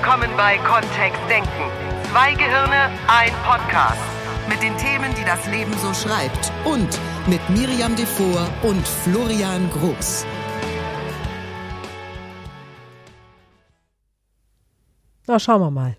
willkommen bei Kontext Denken. 2 Gehirne, ein Podcast. Mit den Themen, die das Leben so schreibt. Und mit Miriam Devor und Florian Groß. Na, schauen wir mal.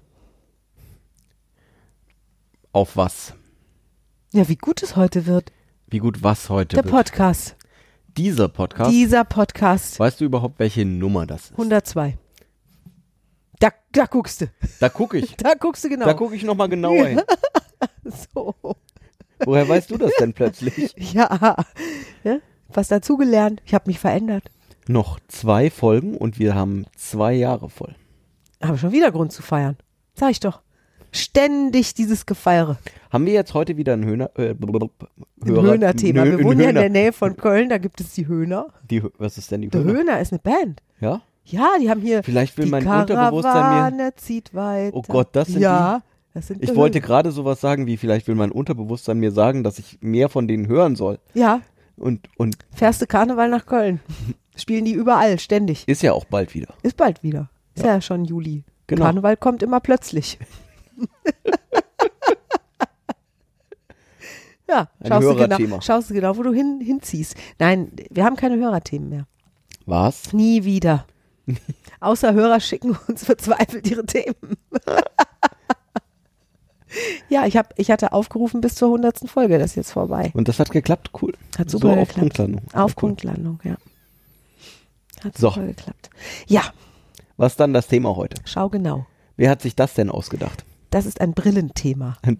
Auf was? Ja, wie gut es heute wird. Wie gut was heute Der wird? Podcast. Dieser Podcast? Dieser Podcast. Weißt du überhaupt, welche Nummer das ist? 102. Da guckst du. Da gucke ich. Da guckst du genau. Da gucke ich nochmal genauer hin. So. Woher weißt du das denn plötzlich? Ja. Was dazugelernt. Ich habe mich verändert. Noch 2 Folgen und wir haben 2 Jahre voll. Habe schon wieder Grund zu feiern. Sag ich doch. Ständig dieses Gefeiere. Haben wir jetzt heute wieder ein Höhner-Thema. Wir wohnen ja in der Nähe von Köln, da gibt es die Höhner. Was ist denn die Der Höhner? Höhner ist eine Band. Ja? Ja, die haben hier Vielleicht will die mein Unterbewusstsein Karawane zieht weiter. Oh Gott, das sind ja, das sind Ich die wollte Höhner. gerade sowas sagen, wie vielleicht will mein Unterbewusstsein mir sagen, dass ich mehr von denen hören soll. Ja, Und fährst du Karneval nach Köln. Spielen die überall, ständig. ist ja auch bald wieder. Ist bald wieder. Ist ja schon Juli. Genau. Karneval kommt immer plötzlich. Ja, Ein schaust Hörerthema. du genau, wo du hinziehst. Nein, wir haben keine Hörerthemen mehr. Was? Nie wieder. Außer Hörer schicken uns verzweifelt ihre Themen. Ja, ich hatte aufgerufen bis zur 100. Folge, das ist jetzt vorbei. Und das hat geklappt, cool. Hat super so geklappt. auf Punktlandung. Auf Cool. Punktlandung, ja. Hat So. super geklappt. Ja, Was dann das Thema heute? schau genau. Wer hat sich das denn ausgedacht? Das ist ein Brillenthema. Ein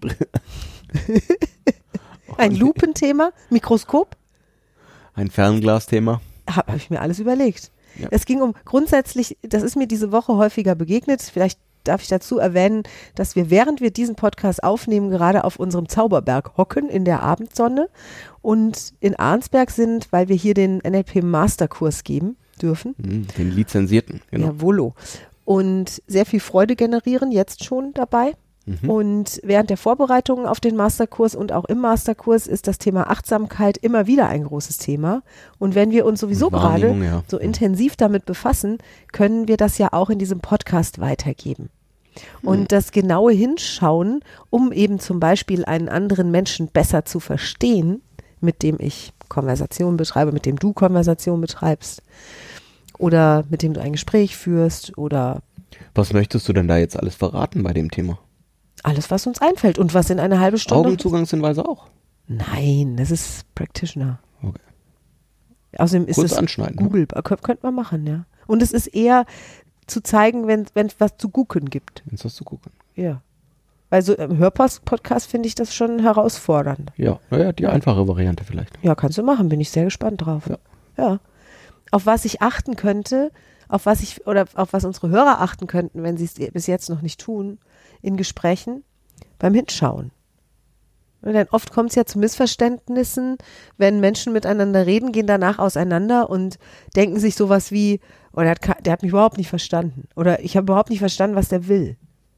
Ein Lupenthema, Mikroskop, Ein Fernglasthema. habe ich mir alles überlegt. Ja. Es ging um grundsätzlich, das ist mir diese Woche häufiger begegnet, vielleicht darf ich dazu erwähnen, dass wir, während wir diesen Podcast aufnehmen, gerade auf unserem Zauberberg hocken in der Abendsonne und in Arnsberg sind, weil wir hier den NLP-Masterkurs geben dürfen. Den Lizenzierten, genau. Jawollo. Und sehr viel Freude generieren, jetzt schon dabei. Und während der Vorbereitungen auf den Masterkurs und auch im Masterkurs ist das Thema Achtsamkeit immer wieder ein großes Thema. Und wenn wir uns sowieso gerade Wahrnehmung, ja. so intensiv damit befassen, können wir das ja auch in diesem Podcast weitergeben. Und das genaue Hinschauen, um eben zum Beispiel einen anderen Menschen besser zu verstehen, mit dem ich Konversation betreibe, mit dem du Konversation betreibst oder mit dem du ein Gespräch führst oder Was möchtest du denn da jetzt alles verraten bei dem Thema? alles, was uns einfällt und was in eine halbe Stunde. Augenzugangshinweise auch. Nein, das ist Practitioner. Okay. Außerdem ist Kurz es anschneiden. Ne? Google, könnte man machen, ja. Und es ist eher zu zeigen, wenn es was zu gucken gibt. Jetzt hast du gucken. Ja. Weil so im Hörpost-Podcast finde ich das schon herausfordernd. Ja, naja, die einfache Variante vielleicht. Ja, kannst du machen, bin ich sehr gespannt drauf. Ja. Ja. Auf was ich achten könnte, auf was unsere Hörer achten könnten, wenn sie es bis jetzt noch nicht tun, in Gesprächen, beim Hinschauen. Und denn oft kommt es ja zu Missverständnissen, wenn Menschen miteinander reden, gehen danach auseinander und denken sich sowas wie, oh, der hat mich überhaupt nicht verstanden. Oder ich habe überhaupt nicht verstanden, was der will.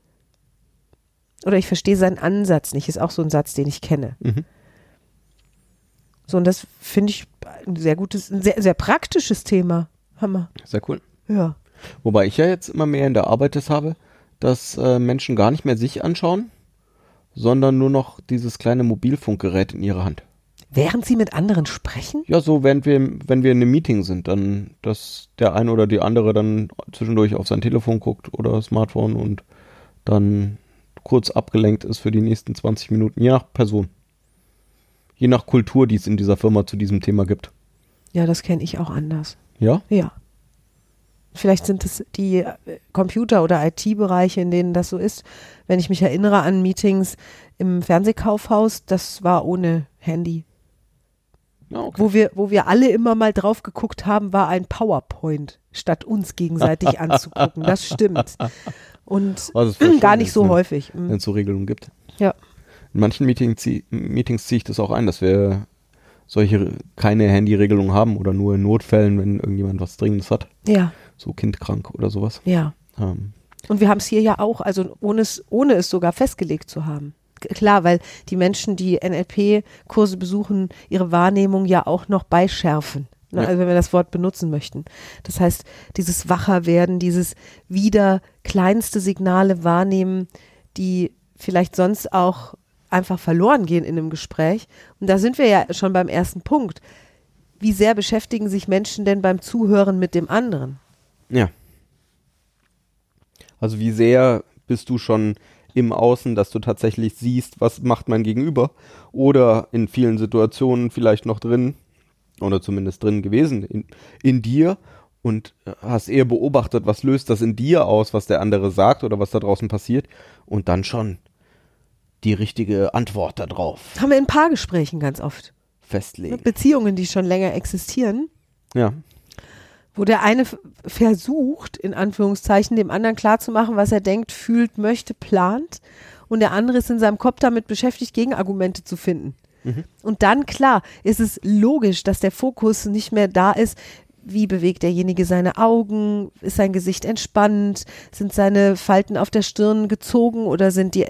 Oder ich verstehe seinen Ansatz nicht, ist auch so ein Satz, den ich kenne. So, und das finde ich ein sehr gutes, ein sehr, sehr praktisches Thema. Hammer. Sehr cool. Ja. Wobei ich ja jetzt immer mehr in der Arbeit das habe, dass Menschen gar nicht mehr sich anschauen, sondern nur noch dieses kleine Mobilfunkgerät in ihrer Hand. Während sie mit anderen sprechen? Ja, so wenn wir in einem Meeting sind, dann, dass der eine oder die andere dann zwischendurch auf sein Telefon guckt oder Smartphone und dann kurz abgelenkt ist für die nächsten 20 Minuten, je nach Person. Je nach Kultur, die es in dieser Firma zu diesem Thema gibt. Ja, das kenne ich auch anders. Ja? Ja. Vielleicht sind es die Computer- oder IT-Bereiche, in denen das so ist. Wenn ich mich erinnere an Meetings im Fernsehkaufhaus, das war ohne Handy. Ja, okay. Wo wir alle immer mal drauf geguckt haben, war ein PowerPoint, statt uns gegenseitig anzugucken. Das stimmt. Und Also es wäre gar schön, nicht so wenn's häufig. Wenn es so Regelungen gibt. Ja. In manchen Meetings ziehe ich das auch ein, dass wir keine Handyregelung haben oder nur in Notfällen, wenn irgendjemand was Dringendes hat. Ja. So kindkrank oder sowas. Ja. Und wir haben es hier ja auch, also ohne es sogar festgelegt zu haben. Klar, weil die Menschen, die NLP-Kurse besuchen, ihre Wahrnehmung ja auch noch beischärfen. Ne? Ja. Also wenn wir das Wort benutzen möchten. Das heißt, dieses Wacherwerden, dieses wieder kleinste Signale wahrnehmen, die vielleicht sonst auch einfach verloren gehen in einem Gespräch. Und da sind wir ja schon beim ersten Punkt. Wie sehr beschäftigen sich Menschen denn beim Zuhören mit dem anderen? Ja. Also wie sehr bist du schon im Außen, dass du tatsächlich siehst, was macht mein Gegenüber, oder in vielen Situationen vielleicht noch drin oder zumindest drin gewesen in dir und hast eher beobachtet, was löst das in dir aus, was der andere sagt oder was da draußen passiert, und dann schon die richtige Antwort darauf Haben wir in Paargesprächen ganz oft. festlegen. Beziehungen, die schon länger existieren, Ja. wo der eine versucht, in Anführungszeichen, dem anderen klarzumachen, was er denkt, fühlt, möchte, plant, und der andere ist in seinem Kopf damit beschäftigt, Gegenargumente zu finden. Und dann, klar, ist es logisch, dass der Fokus nicht mehr da ist, wie bewegt derjenige seine Augen, ist sein Gesicht entspannt, sind seine Falten auf der Stirn gezogen oder sind die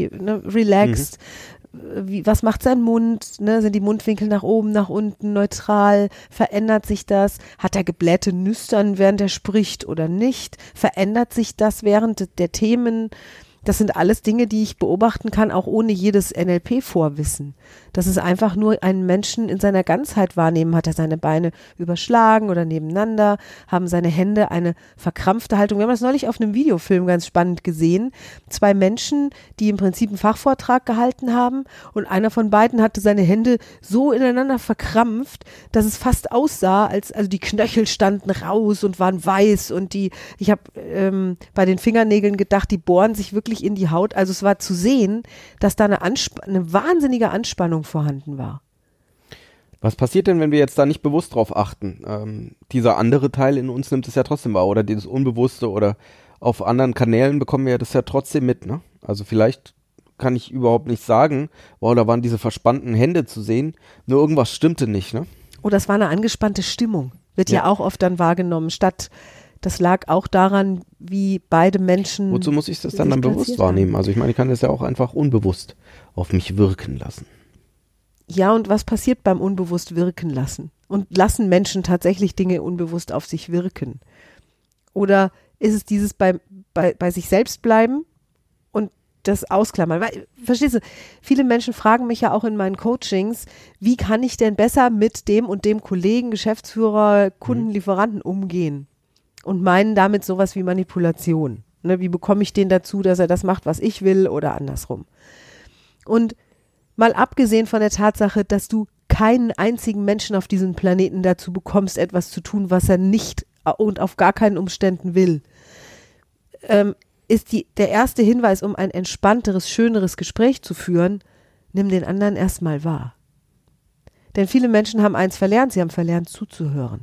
relaxed, was macht sein Mund, ne? Sind die Mundwinkel nach oben, nach unten, neutral, verändert sich das, hat er geblähte Nüstern, während er spricht oder nicht, verändert sich das während der Themen. Das sind alles Dinge, die ich beobachten kann, auch ohne jedes NLP-Vorwissen. Das ist einfach nur einen Menschen in seiner Ganzheit wahrnehmen. Hat er seine Beine überschlagen oder nebeneinander? Haben seine Hände eine verkrampfte Haltung? Wir haben das neulich auf einem Videofilm ganz spannend gesehen. 2 Menschen, die im Prinzip einen Fachvortrag gehalten haben, und einer von beiden hatte seine Hände so ineinander verkrampft, dass es fast aussah, also die Knöchel standen raus und waren weiß, und ich habe bei den Fingernägeln gedacht, die bohren sich wirklich in die Haut. Also es war zu sehen, dass da eine wahnsinnige Anspannung vorhanden war. Was passiert denn, wenn wir jetzt da nicht bewusst drauf achten? Dieser andere Teil in uns nimmt es ja trotzdem wahr, oder dieses Unbewusste, oder auf anderen Kanälen bekommen wir das ja trotzdem mit, ne? Also vielleicht kann ich überhaupt nicht sagen, wow, da waren diese verspannten Hände zu sehen, nur irgendwas stimmte nicht, ne? Oh, das war eine angespannte Stimmung. Wird ja auch oft dann wahrgenommen, das lag auch daran, wie beide Menschen. Wozu muss ich das dann bewusst wahrnehmen? Also ich meine, ich kann das ja auch einfach unbewusst auf mich wirken lassen. Ja, und was passiert beim unbewusst wirken lassen? Und lassen Menschen tatsächlich Dinge unbewusst auf sich wirken? Oder ist es dieses bei sich selbst bleiben und das ausklammern? Weil, verstehst du, viele Menschen fragen mich ja auch in meinen Coachings, wie kann ich denn besser mit dem und dem Kollegen, Geschäftsführer, Kunden, Lieferanten umgehen? Und meinen damit sowas wie Manipulation. Ne, wie bekomme ich den dazu, dass er das macht, was ich will, oder andersrum? Und mal abgesehen von der Tatsache, dass du keinen einzigen Menschen auf diesem Planeten dazu bekommst, etwas zu tun, was er nicht und auf gar keinen Umständen will, ist der erste Hinweis, um ein entspannteres, schöneres Gespräch zu führen: Nimm den anderen erstmal wahr. Denn viele Menschen haben eins verlernt, sie haben verlernt zuzuhören.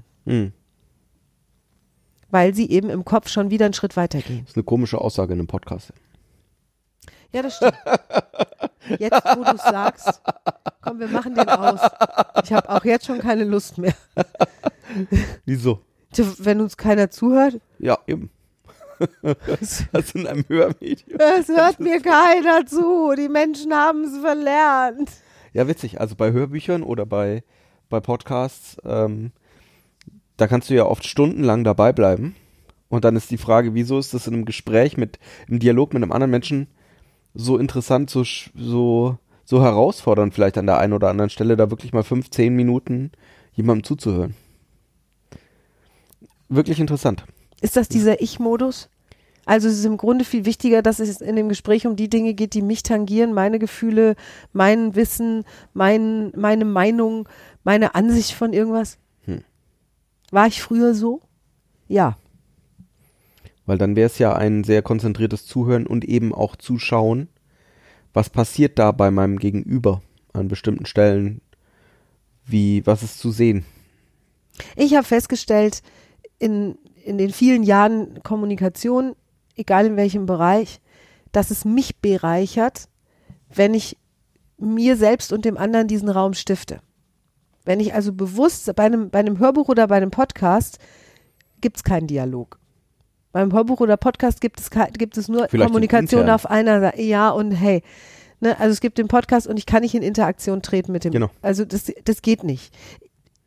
Weil sie eben im Kopf schon wieder einen Schritt weitergehen. Das ist eine komische Aussage in einem Podcast. Ja, das stimmt. Jetzt, wo du es sagst, komm, wir machen den aus. Ich habe auch jetzt schon keine Lust mehr. Wieso? Wenn uns keiner zuhört. Ja, eben. Das in einem Hörmedium. Es hört mir keiner zu. Die Menschen haben es verlernt. Ja, witzig. Also bei Hörbüchern oder bei Podcasts, da kannst du ja oft stundenlang dabei bleiben. Und dann ist die Frage, wieso ist das in einem Gespräch, im Dialog mit einem anderen Menschen so interessant, so herausfordernd vielleicht an der einen oder anderen Stelle, da wirklich mal 5-10 Minuten jemandem zuzuhören. Wirklich interessant. Ist das dieser Ich-Modus? Also es ist im Grunde viel wichtiger, dass es in dem Gespräch um die Dinge geht, die mich tangieren, meine Gefühle, mein Wissen, meine Meinung, meine Ansicht von irgendwas. War ich früher so? Ja. Weil dann wäre es ja ein sehr konzentriertes Zuhören und eben auch Zuschauen. Was passiert da bei meinem Gegenüber an bestimmten Stellen? Was ist zu sehen? Ich habe festgestellt, in den vielen Jahren Kommunikation, egal in welchem Bereich, dass es mich bereichert, wenn ich mir selbst und dem anderen diesen Raum stifte. Wenn ich also bewusst bei einem Hörbuch oder bei einem Podcast gibt es keinen Dialog. Beim Hörbuch oder Podcast gibt es nur Vielleicht Kommunikation auf einer Seite. Ja und hey. Ne, also es gibt den Podcast und ich kann nicht in Interaktion treten mit dem. Genau. Also das geht nicht.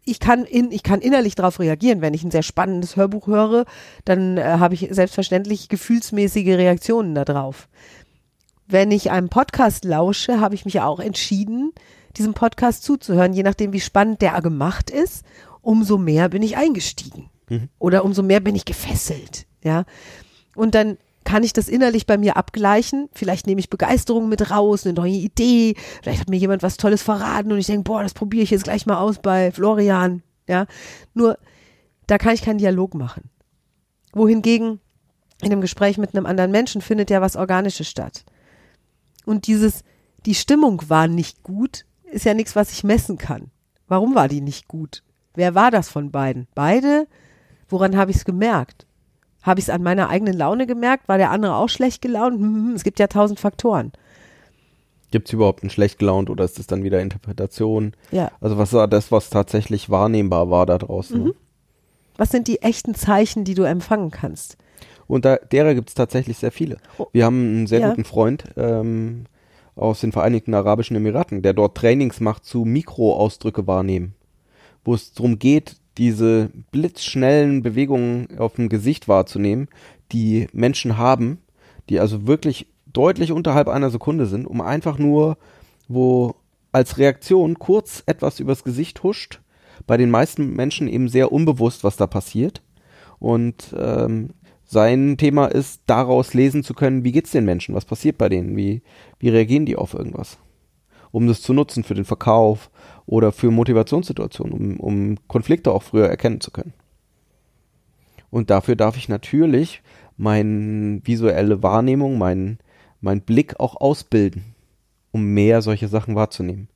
ich kann innerlich darauf reagieren. Wenn ich ein sehr spannendes Hörbuch höre, dann habe ich selbstverständlich gefühlsmäßige Reaktionen darauf. Wenn ich einem Podcast lausche, habe ich mich ja auch entschieden, diesem Podcast zuzuhören. Je nachdem, wie spannend der gemacht ist, umso mehr bin ich eingestiegen. Oder umso mehr bin ich gefesselt. Ja? Und dann kann ich das innerlich bei mir abgleichen. Vielleicht nehme ich Begeisterung mit raus, eine neue Idee. Vielleicht hat mir jemand was Tolles verraten und ich denke, boah, das probiere ich jetzt gleich mal aus bei Florian. Ja? Nur, da kann ich keinen Dialog machen. Wohingegen in einem Gespräch mit einem anderen Menschen findet ja was Organisches statt. Und die Stimmung war nicht gut, ist ja nichts, was ich messen kann. Warum war die nicht gut? Wer war das von beiden? Beide? Woran habe ich es gemerkt? Habe ich es an meiner eigenen Laune gemerkt? War der andere auch schlecht gelaunt? Es gibt ja 1000 Faktoren. Gibt es überhaupt einen schlecht gelaunt oder ist es dann wieder Interpretation? Ja. Also was war das, was tatsächlich wahrnehmbar war da draußen? Ne? Was sind die echten Zeichen, die du empfangen kannst? Und derer gibt es tatsächlich sehr viele. Wir haben einen sehr guten Freund aus den Vereinigten Arabischen Emiraten, der dort Trainings macht zu Mikroausdrücke wahrnehmen, wo es darum geht, diese blitzschnellen Bewegungen auf dem Gesicht wahrzunehmen, die Menschen haben, die also wirklich deutlich unterhalb einer Sekunde sind, um einfach nur, wo als Reaktion kurz etwas übers Gesicht huscht, bei den meisten Menschen eben sehr unbewusst, was da passiert. Und sein Thema ist, daraus lesen zu können, wie geht's den Menschen, was passiert bei denen, wie reagieren die auf irgendwas, um das zu nutzen für den Verkauf oder für Motivationssituationen, um Konflikte auch früher erkennen zu können. Und dafür darf ich natürlich meine visuelle Wahrnehmung, mein Blick auch ausbilden, um mehr solche Sachen wahrzunehmen.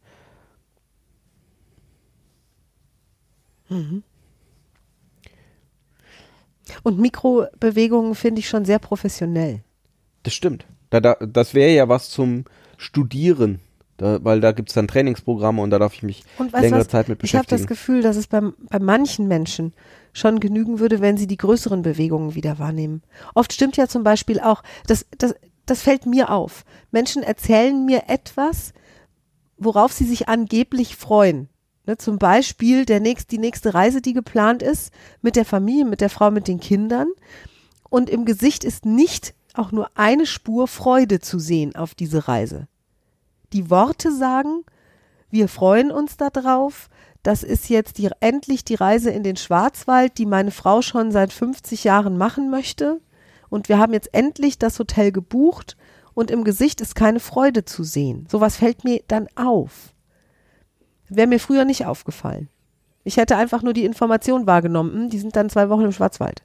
Und Mikrobewegungen finde ich schon sehr professionell. Das stimmt. Das wäre ja was zum Studieren, weil da gibt es dann Trainingsprogramme und da darf ich mich längere Zeit mit beschäftigen. Ich habe das Gefühl, dass es bei manchen Menschen schon genügen würde, wenn sie die größeren Bewegungen wieder wahrnehmen. Oft stimmt ja zum Beispiel auch, das fällt mir auf. Menschen erzählen mir etwas, worauf sie sich angeblich freuen. Ne, zum Beispiel die nächste Reise, die geplant ist, mit der Familie, mit der Frau, mit den Kindern. Und im Gesicht ist nicht auch nur eine Spur Freude zu sehen auf diese Reise. Die Worte sagen, wir freuen uns darauf, das ist jetzt endlich die Reise in den Schwarzwald, die meine Frau schon seit 50 Jahren machen möchte. Und wir haben jetzt endlich das Hotel gebucht und im Gesicht ist keine Freude zu sehen. Sowas fällt mir dann auf. Wäre mir früher nicht aufgefallen. Ich hätte einfach nur die Information wahrgenommen, die sind dann 2 Wochen im Schwarzwald.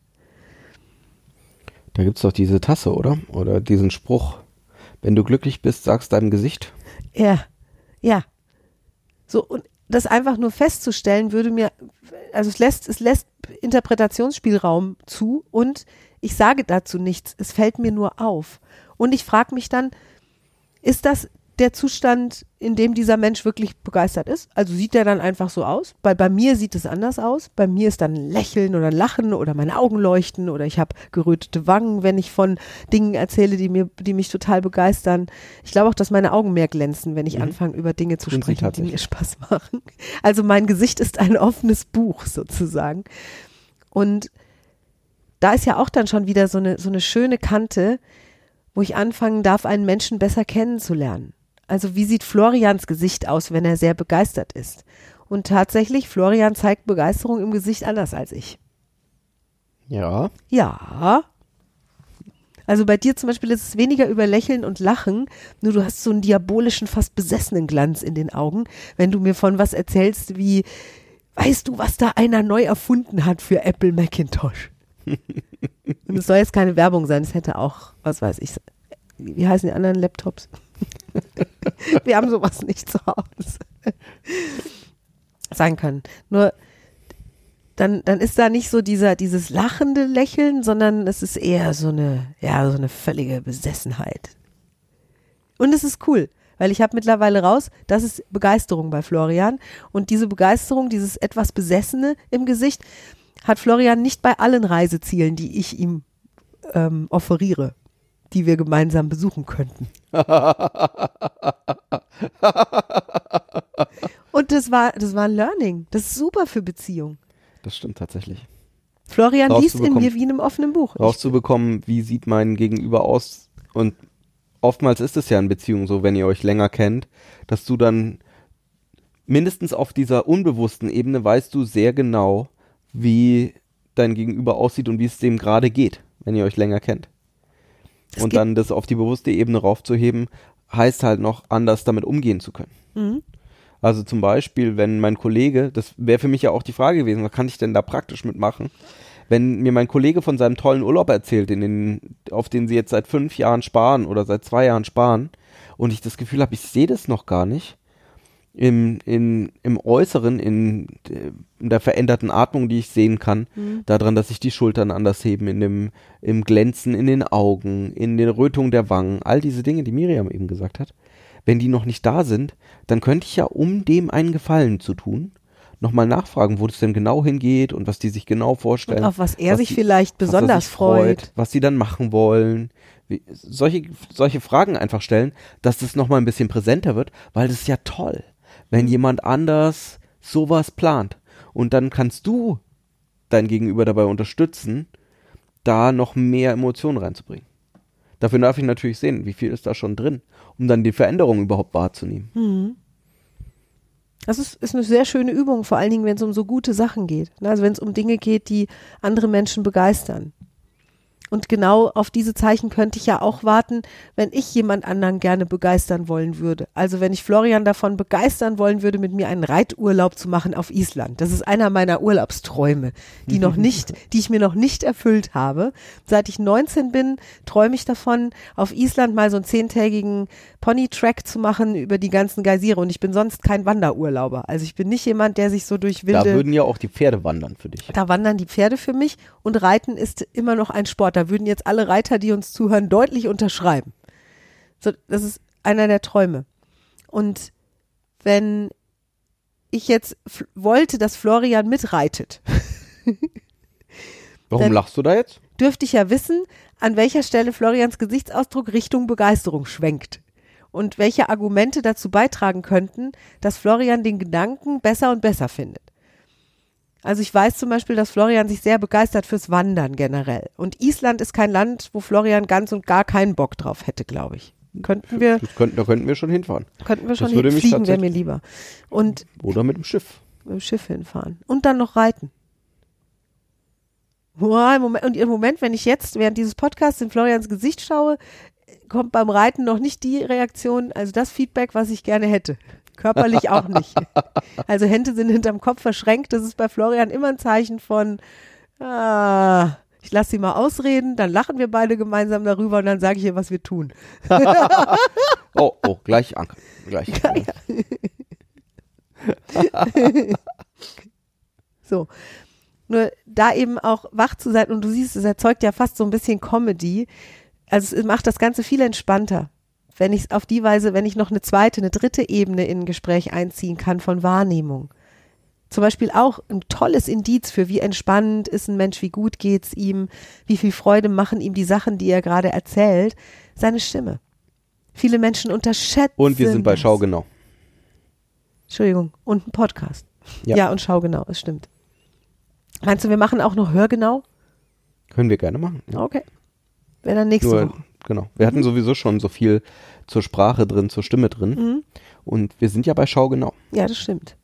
Da gibt es doch diese Tasse, oder? Oder diesen Spruch, wenn du glücklich bist, sag's deinem Gesicht. Ja. So, und das einfach nur festzustellen würde mir, also es lässt Interpretationsspielraum zu und ich sage dazu nichts, es fällt mir nur auf. Und ich frage mich dann, ist das der Zustand, in dem dieser Mensch wirklich begeistert ist? Also sieht der dann einfach so aus? Weil bei mir sieht es anders aus. Bei mir ist dann ein Lächeln oder ein Lachen oder meine Augen leuchten oder ich habe gerötete Wangen, wenn ich von Dingen erzähle, die mich total begeistern. Ich glaube auch, dass meine Augen mehr glänzen, wenn ich anfange, über Dinge zu sprechen, die mir Spaß machen. Also mein Gesicht ist ein offenes Buch sozusagen. Und da ist ja auch dann schon wieder so eine schöne Kante, wo ich anfangen darf, einen Menschen besser kennenzulernen. Also wie sieht Florians Gesicht aus, wenn er sehr begeistert ist? Und tatsächlich, Florian zeigt Begeisterung im Gesicht anders als ich. Ja. Ja. Also bei dir zum Beispiel ist es weniger über Lächeln und Lachen, nur du hast so einen diabolischen, fast besessenen Glanz in den Augen, wenn du mir von was erzählst wie, weißt du, was da einer neu erfunden hat für Apple Macintosh? Und es soll jetzt keine Werbung sein, es hätte auch, was weiß ich, wie heißen die anderen Laptops? Wir haben sowas nicht zu Hause. Sein können. Nur dann ist da nicht so dieses lachende Lächeln, sondern es ist eher so eine völlige Besessenheit. Und es ist cool, weil ich habe mittlerweile raus, das ist Begeisterung bei Florian. Und diese Begeisterung, dieses etwas Besessene im Gesicht, hat Florian nicht bei allen Reisezielen, die ich ihm offeriere, die wir gemeinsam besuchen könnten. Und das war ein Learning. Das ist super für Beziehung. Das stimmt tatsächlich. Florian liest in mir wie in einem offenen Buch. Rauszubekommen, wie sieht mein Gegenüber aus. Und oftmals ist es ja in Beziehungen so, wenn ihr euch länger kennt, dass du dann mindestens auf dieser unbewussten Ebene weißt du sehr genau, wie dein Gegenüber aussieht und wie es dem gerade geht, wenn ihr euch länger kennt. Und dann das auf die bewusste Ebene raufzuheben, heißt halt noch, anders damit umgehen zu können. Mhm. Also zum Beispiel, wenn mein Kollege, das wäre für mich ja auch die Frage gewesen, was kann ich denn da praktisch mitmachen, wenn mir mein Kollege von seinem tollen Urlaub erzählt, auf den sie jetzt seit 5 Jahren sparen oder seit 2 Jahren sparen und ich das Gefühl habe, ich sehe das noch gar nicht, im Äußeren, in der veränderten Atmung, die ich sehen kann, daran, dass sich die Schultern anders heben, im Glänzen in den Augen, in den Rötungen der Wangen, all diese Dinge, die Miriam eben gesagt hat, wenn die noch nicht da sind, dann könnte ich ja, um dem einen Gefallen zu tun, nochmal nachfragen, wo das denn genau hingeht und was die sich genau vorstellen. Und auf was er sich vielleicht besonders freut. Was sie dann machen wollen. Solche Fragen einfach stellen, dass das nochmal ein bisschen präsenter wird, weil das ist ja toll, wenn jemand anders sowas plant. Und dann kannst du dein Gegenüber dabei unterstützen, da noch mehr Emotionen reinzubringen. Dafür darf ich natürlich sehen, wie viel ist da schon drin, um dann die Veränderung überhaupt wahrzunehmen. Mhm. Das ist eine sehr schöne Übung, vor allen Dingen, wenn es um so gute Sachen geht. Also wenn es um Dinge geht, die andere Menschen begeistern. Und genau auf diese Zeichen könnte ich ja auch warten, wenn ich jemand anderen gerne begeistern wollen würde. Also wenn ich Florian davon begeistern wollen würde, mit mir einen Reiturlaub zu machen auf Island. Das ist einer meiner Urlaubsträume, die ich mir noch nicht erfüllt habe. Seit ich 19 bin, träume ich davon, auf Island mal so einen 10-tägigen Pony-Track zu machen über die ganzen Geysire. Und ich bin sonst kein Wanderurlauber. Also ich bin nicht jemand, der sich so durch wilde... Da würden ja auch die Pferde wandern für dich. Da wandern die Pferde für mich und Reiten ist immer noch ein Sport. Da würden jetzt alle Reiter, die uns zuhören, deutlich unterschreiben. So, das ist einer der Träume. Und wenn ich jetzt wollte, dass Florian mitreitet. Warum lachst du da jetzt? Dürfte ich ja wissen, an welcher Stelle Florians Gesichtsausdruck Richtung Begeisterung schwenkt. Und welche Argumente dazu beitragen könnten, dass Florian den Gedanken besser und besser findet. Also ich weiß zum Beispiel, dass Florian sich sehr begeistert fürs Wandern generell. Und Island ist kein Land, wo Florian ganz und gar keinen Bock drauf hätte, glaube ich. Da könnten wir schon hinfahren. Könnten wir schon hinfliegen, wäre mir lieber. Oder mit dem Schiff. Mit dem Schiff hinfahren. Und dann noch reiten. Und im Moment, wenn ich jetzt während dieses Podcasts in Florians Gesicht schaue, kommt beim Reiten noch nicht die Reaktion, also das Feedback, was ich gerne hätte. Körperlich auch nicht. Also Hände sind hinterm Kopf verschränkt. Das ist bei Florian immer ein Zeichen von, ich lasse sie mal ausreden, dann lachen wir beide gemeinsam darüber und dann sage ich ihr, was wir tun. Oh, gleich Anker. Gleich. So. Nur da eben auch wach zu sein und du siehst, es erzeugt ja fast so ein bisschen Comedy. Also es macht das Ganze viel entspannter. Wenn ich es auf die Weise, wenn ich noch eine zweite, eine dritte Ebene in ein Gespräch einziehen kann von Wahrnehmung. Zum Beispiel auch ein tolles Indiz für wie entspannt ist ein Mensch, wie gut geht's ihm, wie viel Freude machen ihm die Sachen, die er gerade erzählt, seine Stimme. Viele Menschen unterschätzen. Und wir sind bei Schau genau. Entschuldigung, und ein Podcast. Ja, und Schau genau, es stimmt. Meinst du, wir machen auch noch Hör genau? Können wir gerne machen. Ja. Okay. Wäre dann nächste Woche. Genau. Wir hatten sowieso schon so viel zur Sprache drin, zur Stimme drin. Und wir sind ja bei Schau genau. Ja, das stimmt.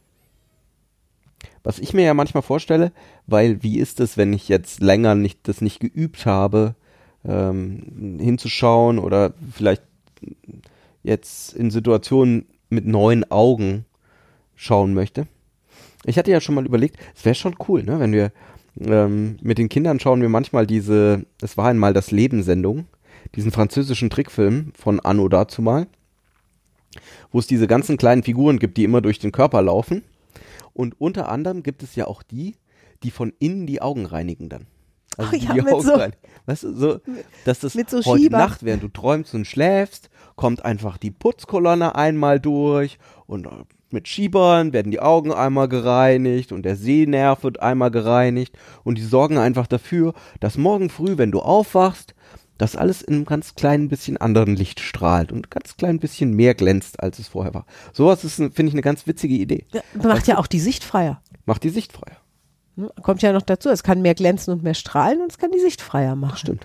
Was ich mir ja manchmal vorstelle, weil wie ist es, wenn ich jetzt länger das nicht geübt habe, hinzuschauen oder vielleicht jetzt in Situationen mit neuen Augen schauen möchte. Ich hatte ja schon mal überlegt, es wäre schon cool, ne, wenn wir mit den Kindern schauen wir manchmal es war einmal das Leben-Sendung, diesen französischen Trickfilm von Anno dazumal, wo es diese ganzen kleinen Figuren gibt, die immer durch den Körper laufen. Und unter anderem gibt es ja auch die von innen die Augen reinigen dann. Also die Augen reinigen. Weißt du, so, dass das mit so heute Schieber. Nacht, während du träumst und schläfst, kommt einfach die Putzkolonne einmal durch und mit Schiebern werden die Augen einmal gereinigt und der Sehnerv wird einmal gereinigt und die sorgen einfach dafür, dass morgen früh, wenn du aufwachst, dass alles in einem ganz kleinen bisschen anderen Licht strahlt und ganz klein bisschen mehr glänzt, als es vorher war. Sowas ist, finde ich, eine ganz witzige Idee. Ja, macht ja auch die Sicht freier. Macht die Sicht freier. Kommt ja noch dazu, es kann mehr glänzen und mehr strahlen und es kann die Sicht freier machen. Das stimmt.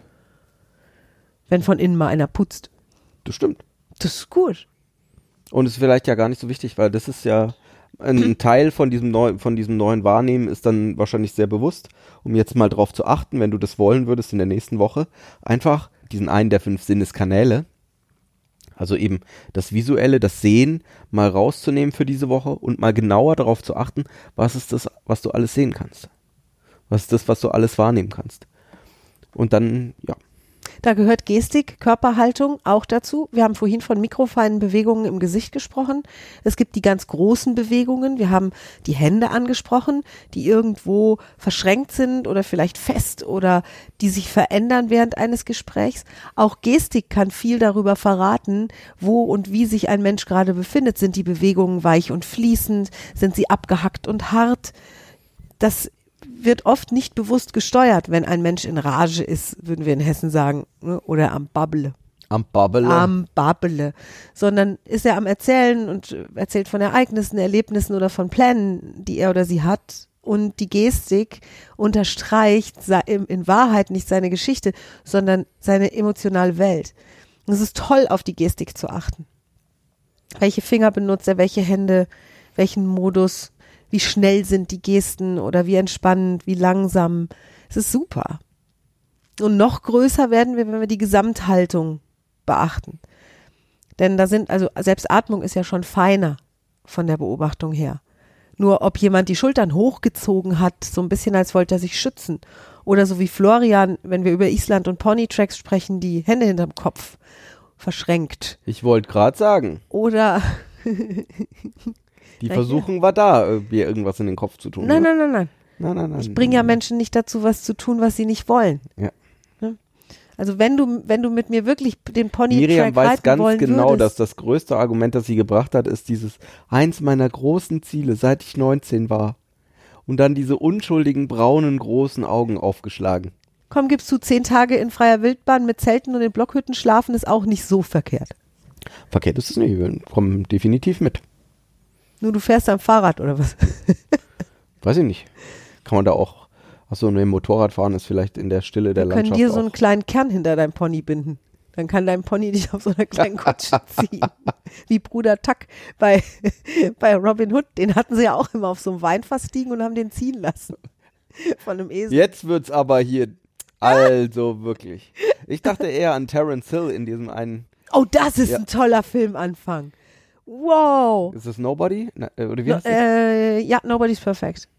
Wenn von innen mal einer putzt. Das stimmt. Das ist gut. Und es ist vielleicht ja gar nicht so wichtig, weil das ist ja ein Teil von diesem neuen Wahrnehmen ist dann wahrscheinlich sehr bewusst, um jetzt mal drauf zu achten, wenn du das wollen würdest in der nächsten Woche, einfach diesen einen der 5 Sinneskanäle, also eben das Visuelle, das Sehen mal rauszunehmen für diese Woche und mal genauer darauf zu achten, was ist das, was du alles sehen kannst. Was ist das, was du alles wahrnehmen kannst. Und dann, ja. Da gehört Gestik, Körperhaltung auch dazu. Wir haben vorhin von mikrofeinen Bewegungen im Gesicht gesprochen. Es gibt die ganz großen Bewegungen. Wir haben die Hände angesprochen, die irgendwo verschränkt sind oder vielleicht fest oder die sich verändern während eines Gesprächs. Auch Gestik kann viel darüber verraten, wo und wie sich ein Mensch gerade befindet. Sind die Bewegungen weich und fließend? Sind sie abgehackt und hart? Das wird oft nicht bewusst gesteuert, wenn ein Mensch in Rage ist, würden wir in Hessen sagen, ne? Oder am Babble. Am Babble. Am Babble. Sondern ist er am Erzählen und erzählt von Ereignissen, Erlebnissen oder von Plänen, die er oder sie hat. Und die Gestik unterstreicht in Wahrheit nicht seine Geschichte, sondern seine emotionale Welt. Und es ist toll, auf die Gestik zu achten. Welche Finger benutzt er, welche Hände, welchen Modus, wie schnell sind die Gesten oder wie entspannend, wie langsam. Es ist super. Und noch größer werden wir, wenn wir die Gesamthaltung beachten. Denn da sind, also selbst Atmung ist ja schon feiner von der Beobachtung her. Nur ob jemand die Schultern hochgezogen hat, so ein bisschen als wollte er sich schützen. Oder so wie Florian, wenn wir über Island und Ponytracks sprechen, die Hände hinterm Kopf verschränkt. Ich wollte gerade sagen. Oder die Versuchung war da, mir irgendwas in den Kopf zu tun. Nein. Nein. Ich bringe ja Menschen nicht dazu, was zu tun, was sie nicht wollen. Ja. Also wenn du mit mir wirklich den Pony-Track Miriam weiß reiten ganz wollen genau, würdest, dass das größte Argument, das sie gebracht hat, ist dieses eins meiner großen Ziele, seit ich 19 war. Und dann diese unschuldigen, braunen, großen Augen aufgeschlagen. komm, gibst du 10 Tage in freier Wildbahn mit Zelten und in Blockhütten schlafen, ist auch nicht so verkehrt. Verkehrt ist es nicht, wir kommen definitiv mit. Nur du fährst am Fahrrad oder was? Weiß ich nicht. Kann man da auch, achso, nur im Motorradfahren ist vielleicht in der Stille der Wir können Landschaft dir so einen auch. kleinen Kern hinter deinem Pony binden. Dann kann dein Pony dich auf so einer kleinen Kutsche ziehen. Wie Bruder Tuck bei Robin Hood. Den hatten sie ja auch immer auf so einem Weinfass liegen und haben den ziehen lassen. Von einem Esel. Jetzt wird's aber hier, also wirklich. Ich dachte eher an Terence Hill in diesem einen, Oh, das ist Ja. ein toller Filmanfang. Wow. ist es Nobody? Oder wie heißt es? Ja, Nobody's Perfect.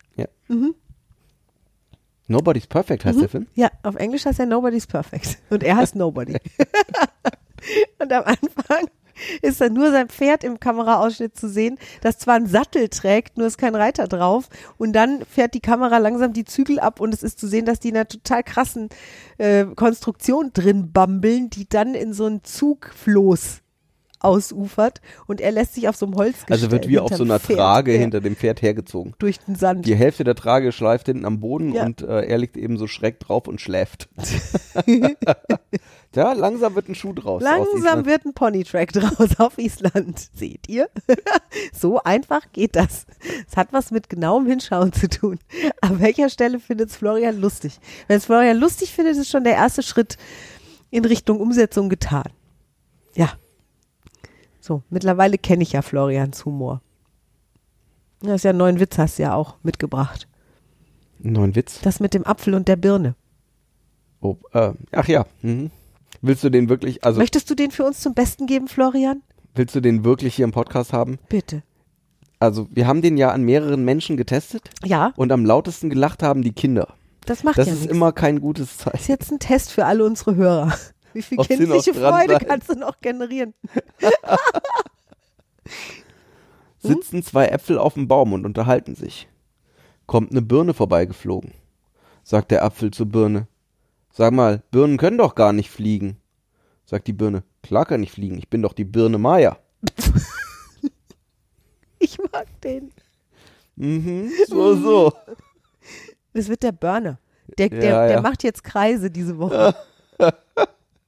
Nobody's Perfect heißt der Film? Ja, auf Englisch heißt er Nobody's Perfect. Und er heißt Nobody. Und am Anfang ist dann nur sein Pferd im Kameraausschnitt zu sehen, das zwar einen Sattel trägt, nur ist kein Reiter drauf. Und dann fährt die Kamera langsam die Zügel ab und es ist zu sehen, dass die in einer total krassen Konstruktion drin bambeln, die dann in so ein Zugfloß ausufert und er lässt sich auf so einem Holzgestell Also wird wie auf so einer hinterm Pferd, Trage ja, hinter dem Pferd hergezogen. durch den Sand. Die Hälfte der Trage schleift hinten am Boden Ja. und er liegt eben so schräg drauf und schläft. Ja, langsam wird ein Schuh draus. aus Langsam Island. wird ein Ponytrack draus auf Island. Seht ihr? So einfach geht das. Es hat was mit genauem Hinschauen zu tun. An welcher Stelle findet es Florian lustig? Wenn es Florian lustig findet, ist schon der erste Schritt in Richtung Umsetzung getan. Ja. So, mittlerweile kenne ich ja Florians Humor. Das ist ja einen neuen Witz, hast du ja auch mitgebracht. Einen neuen Witz. Das mit dem Apfel und der Birne. Oh, ach ja. Mhm. Willst du den wirklich, also Möchtest du den für uns zum Besten geben, Florian? willst du den wirklich hier im Podcast haben? Bitte. Also wir haben den ja an mehreren Menschen getestet Ja, und am lautesten gelacht haben die Kinder. das macht Das ja ist nichts. immer kein gutes Das ist Zeichen. jetzt ein Test für alle unsere Hörer. Wie viel Ob sie noch kindliche dran Freude bleiben. kannst du noch generieren? Sitzen 2 Äpfel auf dem Baum und unterhalten sich. Kommt eine Birne vorbeigeflogen. Sagt der Apfel zur Birne. Sag mal, Birnen können doch gar nicht fliegen. Sagt die Birne. Klar kann ich fliegen, ich bin doch die Birne Maya. Ich mag den. Mhm, so. Das wird der Burner. Der Ja. macht jetzt Kreise diese Woche.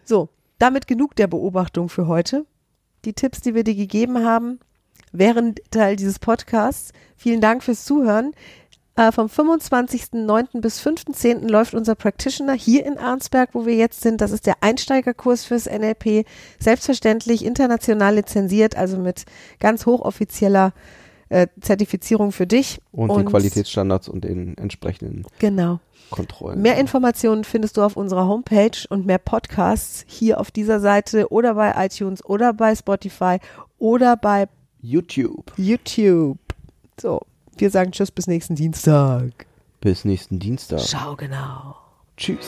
So, damit genug der Beobachtung für heute. Die Tipps, die wir dir gegeben haben, wären Teil dieses Podcasts. Vielen Dank fürs Zuhören. Vom 25.09. bis 5.10. läuft unser Practitioner hier in Arnsberg, wo wir jetzt sind. Das ist der Einsteigerkurs fürs NLP. Selbstverständlich international lizenziert, also mit ganz hochoffizieller Zertifizierung für dich. Und den Qualitätsstandards und den entsprechenden Kontrollen. Mehr Informationen findest du auf unserer Homepage und mehr Podcasts hier auf dieser Seite oder bei iTunes oder bei Spotify oder bei YouTube. So, wir sagen Tschüss bis nächsten Dienstag. Bis nächsten Dienstag. Ciao, genau. Tschüss.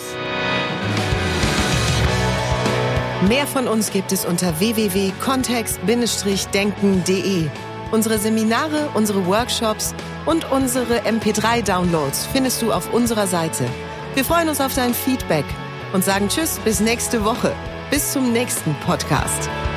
Mehr von uns gibt es unter www.kontext-denken.de. Unsere Seminare, unsere Workshops und unsere MP3-Downloads findest du auf unserer Seite. Wir freuen uns auf dein Feedback und sagen Tschüss bis nächste Woche. Bis zum nächsten Podcast.